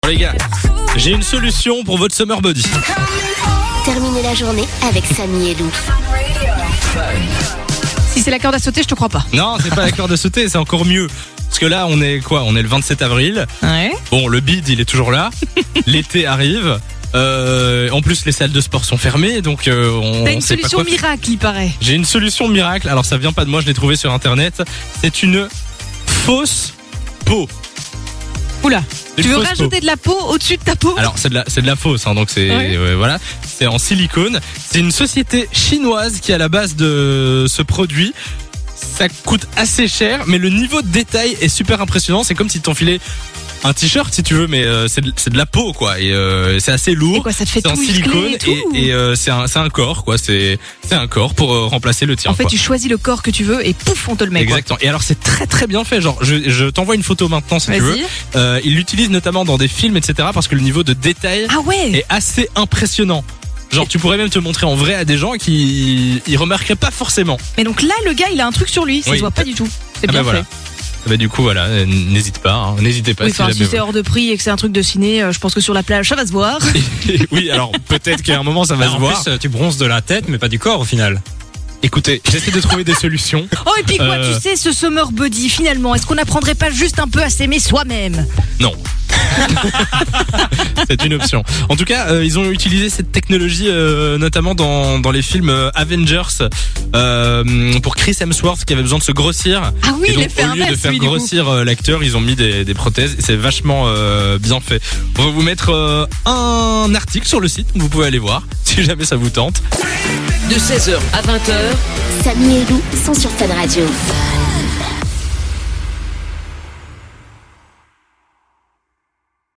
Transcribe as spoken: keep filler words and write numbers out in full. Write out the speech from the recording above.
Les gars, j'ai une solution pour votre summer body. Terminez la journée avec Samy et Lou. Si c'est la corde à sauter, je te crois pas. Non, c'est pas la corde à sauter, c'est encore mieux. Parce que là, on est quoi ? On est le vingt-sept avril. Ouais. Bon, le bide, il est toujours là. L'été arrive. Euh, en plus, les salles de sport sont fermées, donc euh, on T'as une sait pas solution quoi faire. miracle, il paraît. J'ai une solution miracle. Alors, ça vient pas de moi, je l'ai trouvé sur internet. C'est une fausse peau. Oula. Une Tu veux fausse rajouter peau. de la peau au-dessus de ta peau ? Alors, c'est de la, c'est de la fausse, hein, donc c'est Ouais. ouais, voilà, c'est en silicone. C'est une société chinoise qui est à la base de ce produit. Ça coûte assez cher, mais le niveau de détail est super impressionnant. C'est comme si t'enfilais un t-shirt, si tu veux, mais euh, c'est de, c'est de la peau, quoi. Et euh, c'est assez lourd. Et quoi, ça te fait C'est en tout silicone musclé et tout et, et euh, c'est un, c'est un corps, quoi. C'est, c'est un corps pour euh, remplacer le tien. En fait, quoi. tu choisis le corps que tu veux et pouf, on te le met. quoi. Exactement. Et alors c'est très très bien fait. Genre, je, je t'envoie une photo maintenant si tu veux. Vas-y. Euh, ils l'utilisent notamment dans des films, et cetera. Parce que le niveau de détail Ah ouais. est assez impressionnant. Genre, tu pourrais même te montrer en vrai à des gens qui ils remarqueraient pas forcément. Mais donc là, le gars, il a un truc sur lui, ça Oui. se voit pas du tout. C'est Ah bien bah voilà. fait. Bah du coup voilà, euh, n'hésite pas, hein. n'hésitez pas. Oui, si enfin, jamais si c'est hors de prix et que c'est un truc de ciné, euh, je pense que sur la plage, ça va se voir. oui, alors peut-être qu'à un moment ça va Bah, se en voir. plus, tu bronzes de la tête, mais pas du corps au final. Écoutez, j'essaie de trouver des solutions. Oh, et puis quoi, Euh. tu sais, ce summer body, finalement, est-ce qu'on n'apprendrait pas juste un peu à s'aimer soi-même ? Non. C'est une option. En tout cas, euh, ils ont utilisé cette technologie euh, notamment dans, dans les films euh, Avengers euh, pour Chris Hemsworth qui avait besoin de se grossir. Ah oui, Et il donc, est fait au lieu de inverse, faire lui, du coup. grossir euh, l'acteur, ils ont mis des, des prothèses et c'est vachement euh, bien fait. On va vous mettre euh, un article sur le site, vous pouvez aller voir si jamais ça vous tente. De seize heures à vingt heures, Samy et Lou sont sur Fun Radio.